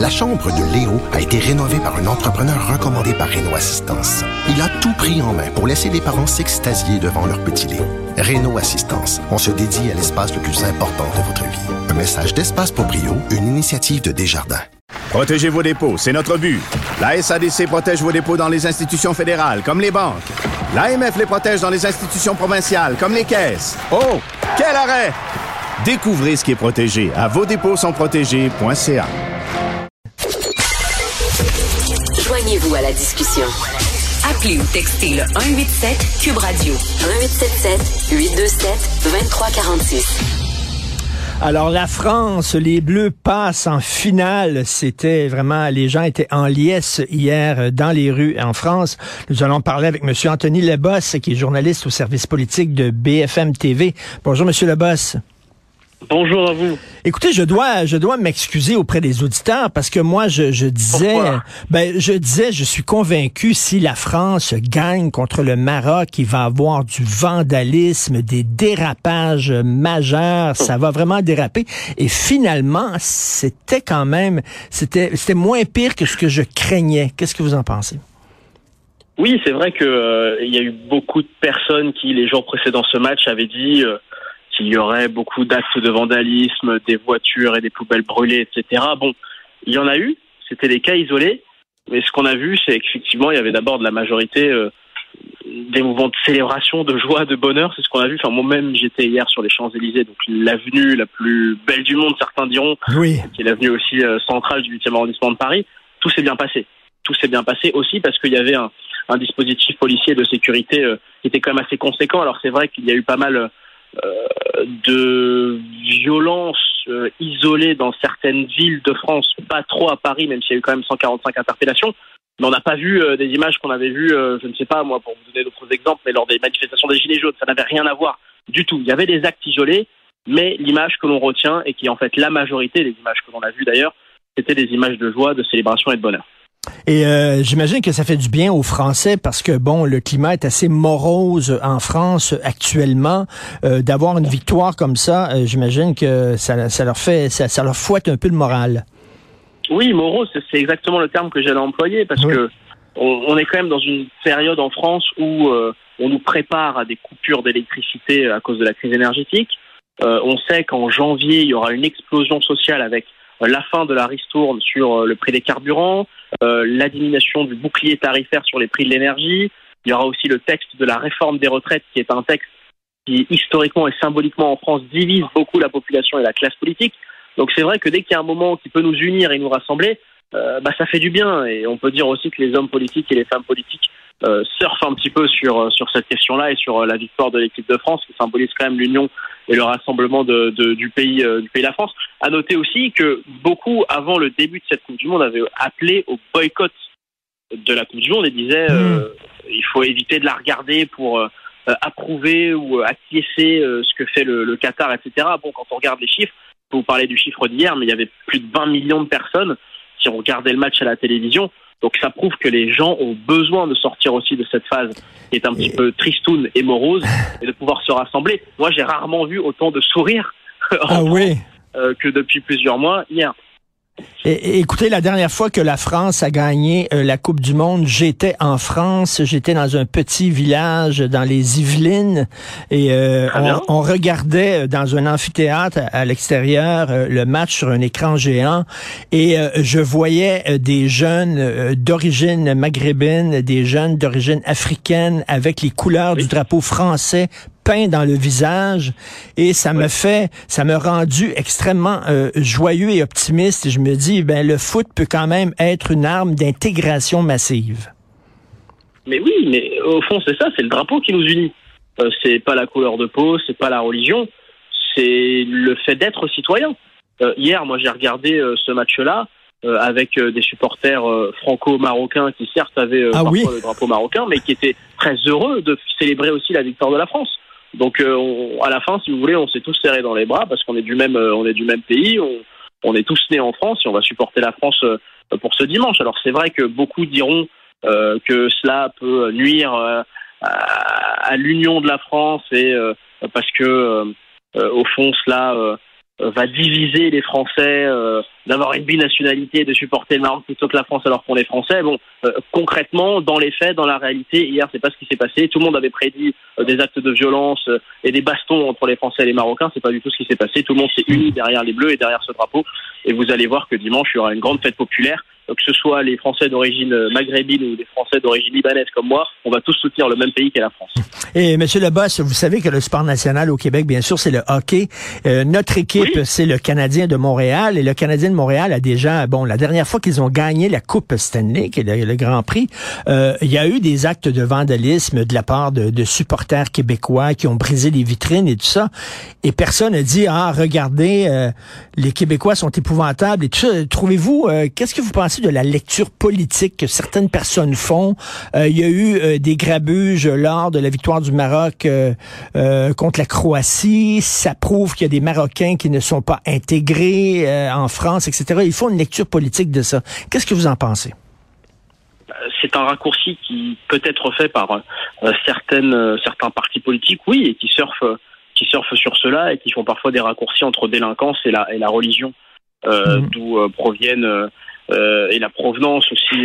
La chambre de Léo a été rénovée par un entrepreneur recommandé par Renault Assistance. Il a tout pris en main pour laisser les parents s'extasier devant leur petit Léo. Renault Assistance, on se dédie à l'espace le plus important de votre vie. Un message d'Espace pour Brio, une initiative de Desjardins. Protégez vos dépôts, c'est notre but. La SADC protège vos dépôts dans les institutions fédérales, comme les banques. L'AMF les protège dans les institutions provinciales, comme les caisses. Oh, quel arrêt! Découvrez ce qui est protégé à vosdépôtssontprotégés.ca. Joignez-vous à la discussion. Appelez ou textez le 187 Cube Radio 1877 827 2346. Alors, la France, les Bleus passent en finale. C'était vraiment, les gens étaient en liesse hier dans les rues en France. Nous allons parler avec M. Anthony Lebosse, qui est journaliste au service politique de BFM TV. Bonjour, M. Lebosse. Bonjour à vous. Écoutez, je dois m'excuser auprès des auditeurs parce que moi, je disais, je suis convaincu si la France gagne contre le Maroc, il va avoir du vandalisme, des dérapages majeurs, ça va vraiment déraper. Et finalement, c'était quand même, c'était moins pire que ce que je craignais. Qu'est-ce que vous en pensez? Oui, c'est vrai que il y a eu beaucoup de personnes qui, les jours précédant ce match, avaient dit qu'il y aurait beaucoup d'actes de vandalisme, des voitures et des poubelles brûlées, etc. Bon, il y en a eu, c'était des cas isolés, mais ce qu'on a vu, c'est qu'effectivement, il y avait d'abord de la majorité des mouvements de célébration, de joie, de bonheur, c'est ce qu'on a vu. Enfin, moi-même, j'étais hier sur les Champs-Élysées, donc l'avenue la plus belle du monde, certains diront, oui, qui est l'avenue aussi centrale du 8e arrondissement de Paris. Tout s'est bien passé. Tout s'est bien passé aussi parce qu'il y avait un dispositif policier de sécurité qui était quand même assez conséquent. Alors c'est vrai qu'il y a eu pas mal de violences isolées dans certaines villes de France, pas trop à Paris, même s'il y a eu quand même 145 interpellations. Mais on n'a pas vu des images qu'on avait vues, je ne sais pas moi, pour vous donner d'autres exemples, mais lors des manifestations des Gilets jaunes, ça n'avait rien à voir du tout. Il y avait des actes isolés, mais l'image que l'on retient, et qui est en fait la majorité des images que l'on a vues d'ailleurs, c'était des images de joie, de célébration et de bonheur. Et j'imagine que ça fait du bien aux Français parce que, bon, le climat est assez morose en France actuellement. D'avoir une victoire comme ça, j'imagine que ça leur fouette un peu le moral. Oui, morose, c'est exactement le terme que j'allais employer parce que on est quand même dans une période en France où on nous prépare à des coupures d'électricité à cause de la crise énergétique. On sait qu'en janvier, il y aura une explosion sociale avec la fin de la ristourne sur le prix des carburants, la diminution du bouclier tarifaire sur les prix de l'énergie. Il y aura aussi le texte de la réforme des retraites, qui est un texte qui, historiquement et symboliquement en France, divise beaucoup la population et la classe politique. Donc c'est vrai que dès qu'il y a un moment qui peut nous unir et nous rassembler, ça fait du bien. Et on peut dire aussi que les hommes politiques et les femmes politiques surfent un petit peu sur cette question-là et sur la victoire de l'équipe de France, qui symbolise quand même l'union et le rassemblement du pays de la France. À noter aussi que beaucoup, avant le début de cette Coupe du Monde, avaient appelé au boycott de la Coupe du Monde et disaient il faut éviter de la regarder pour approuver ou acquiescer ce que fait le Qatar, etc. Bon, quand on regarde les chiffres, je peux vous parler du chiffre d'hier, mais il y avait plus de 20 millions de personnes qui ont regardé le match à la télévision. Donc ça prouve que les gens ont besoin de sortir aussi de cette phase qui est un petit peu tristoune et morose et de pouvoir se rassembler. Moi, j'ai rarement vu autant de sourires que depuis plusieurs mois hier. Et écoutez, la dernière fois que la France a gagné la Coupe du Monde, j'étais en France, j'étais dans un petit village dans les Yvelines et on regardait dans un amphithéâtre à l'extérieur le match sur un écran géant et je voyais des jeunes d'origine maghrébine, des jeunes d'origine africaine avec les couleurs du drapeau français peint dans le visage et ça m'a rendu extrêmement joyeux et optimiste et je me dis le foot peut quand même être une arme d'intégration massive. Mais oui, mais au fond c'est ça, c'est le drapeau qui nous unit. C'est pas la couleur de peau, c'est pas la religion, c'est le fait d'être citoyen. Hier, moi j'ai regardé ce match-là avec des supporters franco-marocains qui certes avaient parfois le drapeau marocain, mais qui étaient très heureux de célébrer aussi la victoire de la France. Donc à la fin, si vous voulez, on s'est tous serrés dans les bras parce qu'on est du même pays, on est tous nés en France et on va supporter la France pour ce dimanche. Alors c'est vrai que beaucoup diront que cela peut nuire à l'union de la France et parce que au fond cela va diviser les Français d'avoir une binationalité, de supporter le Maroc plutôt que la France alors qu'on est français. Bon, concrètement, dans les faits, dans la réalité, hier, c'est pas ce qui s'est passé. Tout le monde avait prédit des actes de violence et des bastons entre les Français et les Marocains. C'est pas du tout ce qui s'est passé. Tout le monde s'est uni derrière les Bleus et derrière ce drapeau. Et vous allez voir que dimanche, il y aura une grande fête populaire. Que ce soit les Français d'origine maghrébine ou les Français d'origine libanaise comme moi, on va tous soutenir le même pays qu'est la France. Et Monsieur Leboss, vous savez que le sport national au Québec, bien sûr, c'est le hockey. Notre équipe, c'est le Canadien de Montréal. Et le Canadien de Montréal a déjà, la dernière fois qu'ils ont gagné la Coupe Stanley, qui est le Grand Prix, il y a eu des actes de vandalisme de la part de supporters québécois qui ont brisé les vitrines et tout ça. Et personne n'a dit, regardez, les Québécois sont épouvantables et tout ça. Trouvez-vous, qu'est-ce que vous pensez de la lecture politique que certaines personnes font? Il y a eu des grabuges lors de la victoire du Maroc contre la Croatie. Ça prouve qu'il y a des Marocains qui ne sont pas intégrés en France, etc. Il faut une lecture politique de ça. Qu'est-ce que vous en pensez? C'est un raccourci qui peut être fait par certains partis politiques, oui, et qui surfent sur cela et qui font parfois des raccourcis entre délinquance et la religion, d'où proviennent et la provenance aussi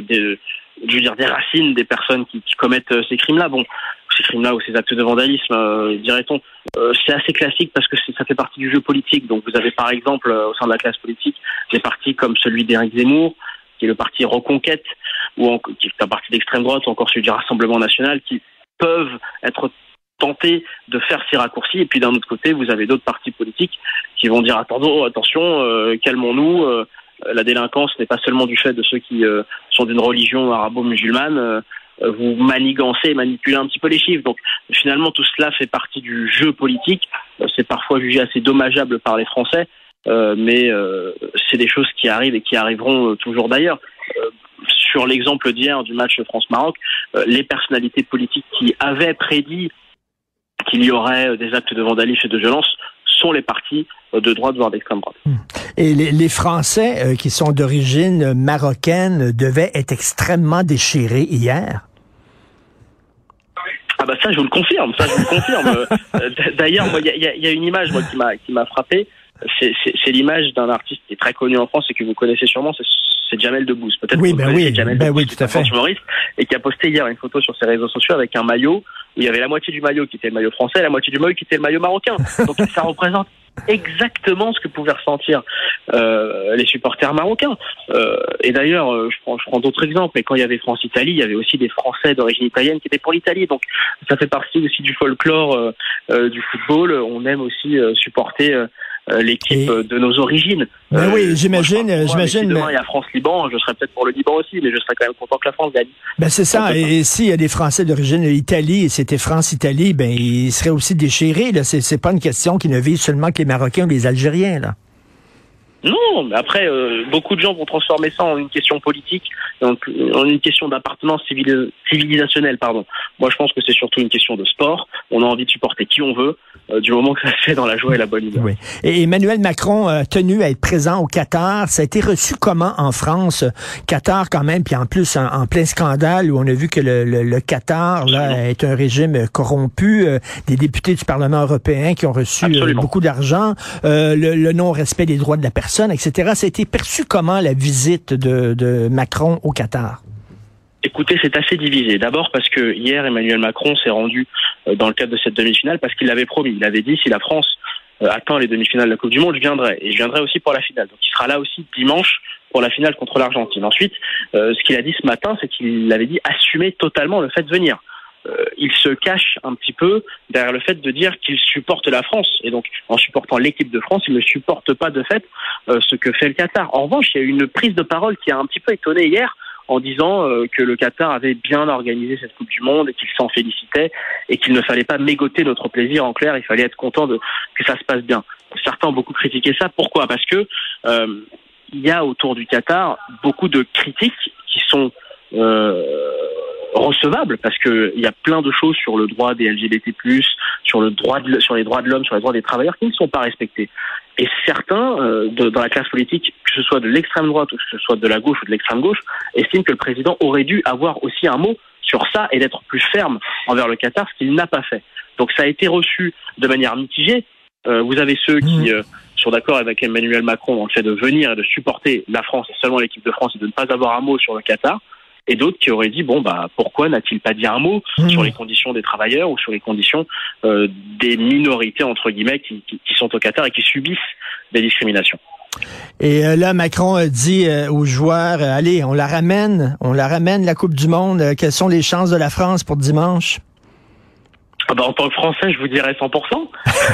des racines des personnes qui commettent ces crimes-là. Bon, ces crimes-là ou ces actes de vandalisme, dirait-on, c'est assez classique parce que ça fait partie du jeu politique. Donc vous avez par exemple au sein de la classe politique des partis comme celui d'Éric Zemmour, qui est le parti Reconquête, qui est un parti d'extrême droite, ou encore celui du Rassemblement National, qui peuvent être tentés de faire ces raccourcis. Et puis d'un autre côté, vous avez d'autres partis politiques qui vont dire attention, calmons-nous. La délinquance n'est pas seulement du fait de ceux qui sont d'une religion arabo-musulmane. Vous manigancez et manipulez un petit peu les chiffres. Donc finalement, tout cela fait partie du jeu politique. C'est parfois jugé assez dommageable par les Français, mais c'est des choses qui arrivent et qui arriveront toujours d'ailleurs. Sur l'exemple d'hier du match France-Maroc, les personnalités politiques qui avaient prédit qu'il y aurait des actes de vandalisme et de violence sont les partis de droite, voire d'extrême droite. Et les Français qui sont d'origine marocaine devaient être extrêmement déchirés hier? Ah bah ça, je vous le confirme. D'ailleurs, il y a une image qui m'a frappé. C'est l'image d'un artiste qui est très connu en France et que vous connaissez sûrement, c'est Jamel Debbouze. Peut-être que vous connaissez Jamel Debbouze, tout à fait. Humoriste, et qui a posté hier une photo sur ses réseaux sociaux avec un maillot où il y avait la moitié du maillot qui était le maillot français et la moitié du maillot qui était le maillot marocain. Donc ça représente exactement ce que pouvaient ressentir les supporters marocains. Et d'ailleurs, je prends d'autres exemples, mais quand il y avait France-Italie, il y avait aussi des Français d'origine italienne qui étaient pour l'Italie. Donc ça fait partie aussi du folklore du football. On aime aussi supporter l'équipe de nos origines. Oui, j'imagine. Si demain il y a France-Liban, je serais peut-être pour le Liban aussi, mais je serais quand même content que la France gagne. C'est ça. Et s'il y a des Français d'origine Italie, et c'était France-Italie, ils seraient aussi déchirés. Là. C'est pas une question qui ne vise seulement que les Marocains ou les Algériens, là. Non, mais après, beaucoup de gens vont transformer ça en une question politique, en une question d'appartenance civilisationnelle, pardon. Moi, je pense que c'est surtout une question de sport. On a envie de supporter qui on veut, du moment que ça se fait dans la joie et la bonne humeur. Oui. Et Emmanuel Macron a tenu à être présent au Qatar. Ça a été reçu comment en France? Qatar, quand même, puis en plus, en plein scandale, où on a vu que le Qatar là est un régime corrompu, des députés du Parlement européen qui ont reçu beaucoup d'argent, le non-respect des droits de la personne, etc. Ça a été perçu comment, la visite de Macron au Qatar? Écoutez, c'est assez divisé. D'abord parce que hier, Emmanuel Macron s'est rendu dans le cadre de cette demi-finale parce qu'il l'avait promis. Il avait dit, si la France atteint les demi-finales de la Coupe du Monde, je viendrai. Et je viendrai aussi pour la finale. Donc il sera là aussi dimanche pour la finale contre l'Argentine. Ensuite, ce qu'il a dit ce matin, c'est qu'il avait dit assumer totalement le fait de venir. Il se cache un petit peu derrière le fait de dire qu'il supporte la France. Et donc, en supportant l'équipe de France, il ne supporte pas de fait ce que fait le Qatar. En revanche, il y a eu une prise de parole qui a un petit peu étonné hier en disant que le Qatar avait bien organisé cette Coupe du Monde et qu'il s'en félicitait et qu'il ne fallait pas mégoter notre plaisir. En clair, il fallait être content que ça se passe bien. Certains ont beaucoup critiqué ça. Pourquoi ? Parce que il y a autour du Qatar beaucoup de critiques qui sont recevable parce que il y a plein de choses sur le droit des LGBT+, sur les droits de l'homme, sur les droits des travailleurs qui ne sont pas respectés. Et certains dans la classe politique, que ce soit de l'extrême droite ou que ce soit de la gauche ou de l'extrême gauche, estiment que le président aurait dû avoir aussi un mot sur ça et d'être plus ferme envers le Qatar, ce qu'il n'a pas fait. Donc ça a été reçu de manière mitigée. Vous avez ceux qui sont d'accord avec Emmanuel Macron dans le fait de venir et de supporter la France et seulement l'équipe de France et de ne pas avoir un mot sur le Qatar. Et d'autres qui auraient dit, pourquoi n'a-t-il pas dit un mot sur les conditions des travailleurs ou sur les conditions des minorités, entre guillemets, qui sont au Qatar et qui subissent des discriminations. Et là, Macron a dit aux joueurs, allez, on la ramène, la Coupe du Monde. Quelles sont les chances de la France pour dimanche? En tant que Français, je vous dirais 100%.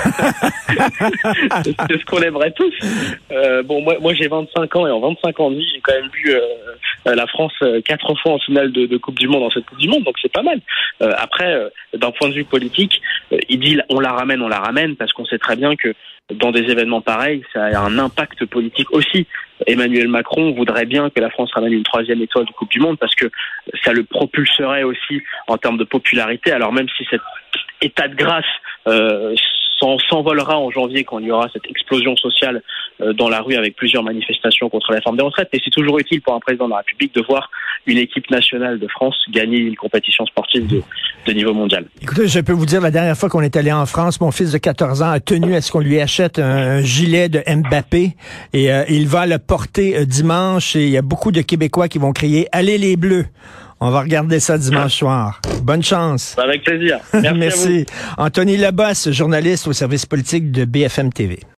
C'est ce qu'on aimerait tous. Moi j'ai 25 ans et en 25 ans de vie, j'ai quand même vu la France 4 fois en finale de Coupe du Monde dans cette Coupe du Monde, donc c'est pas mal. Après, d'un point de vue politique, il dit on la ramène parce qu'on sait très bien que dans des événements pareils, ça a un impact politique aussi. Emmanuel Macron voudrait bien que la France ramène une 3e étoile de Coupe du Monde parce que ça le propulserait aussi en termes de popularité. Alors même si cet état de grâce s'envolera en janvier quand il y aura cette explosion sociale dans la rue avec plusieurs manifestations contre la réforme des retraites. Et c'est toujours utile pour un président de la République de voir une équipe nationale de France gagner une compétition sportive de niveau mondial. Écoutez, je peux vous dire, la dernière fois qu'on est allé en France, mon fils de 14 ans a tenu à ce qu'on lui achète un gilet de Mbappé et il va le porter dimanche et il y a beaucoup de Québécois qui vont crier « Allez les Bleus !» On va regarder ça dimanche soir. Bonne chance. Avec plaisir. Merci. Merci. Anthony Labosse, journaliste au service politique de BFM TV.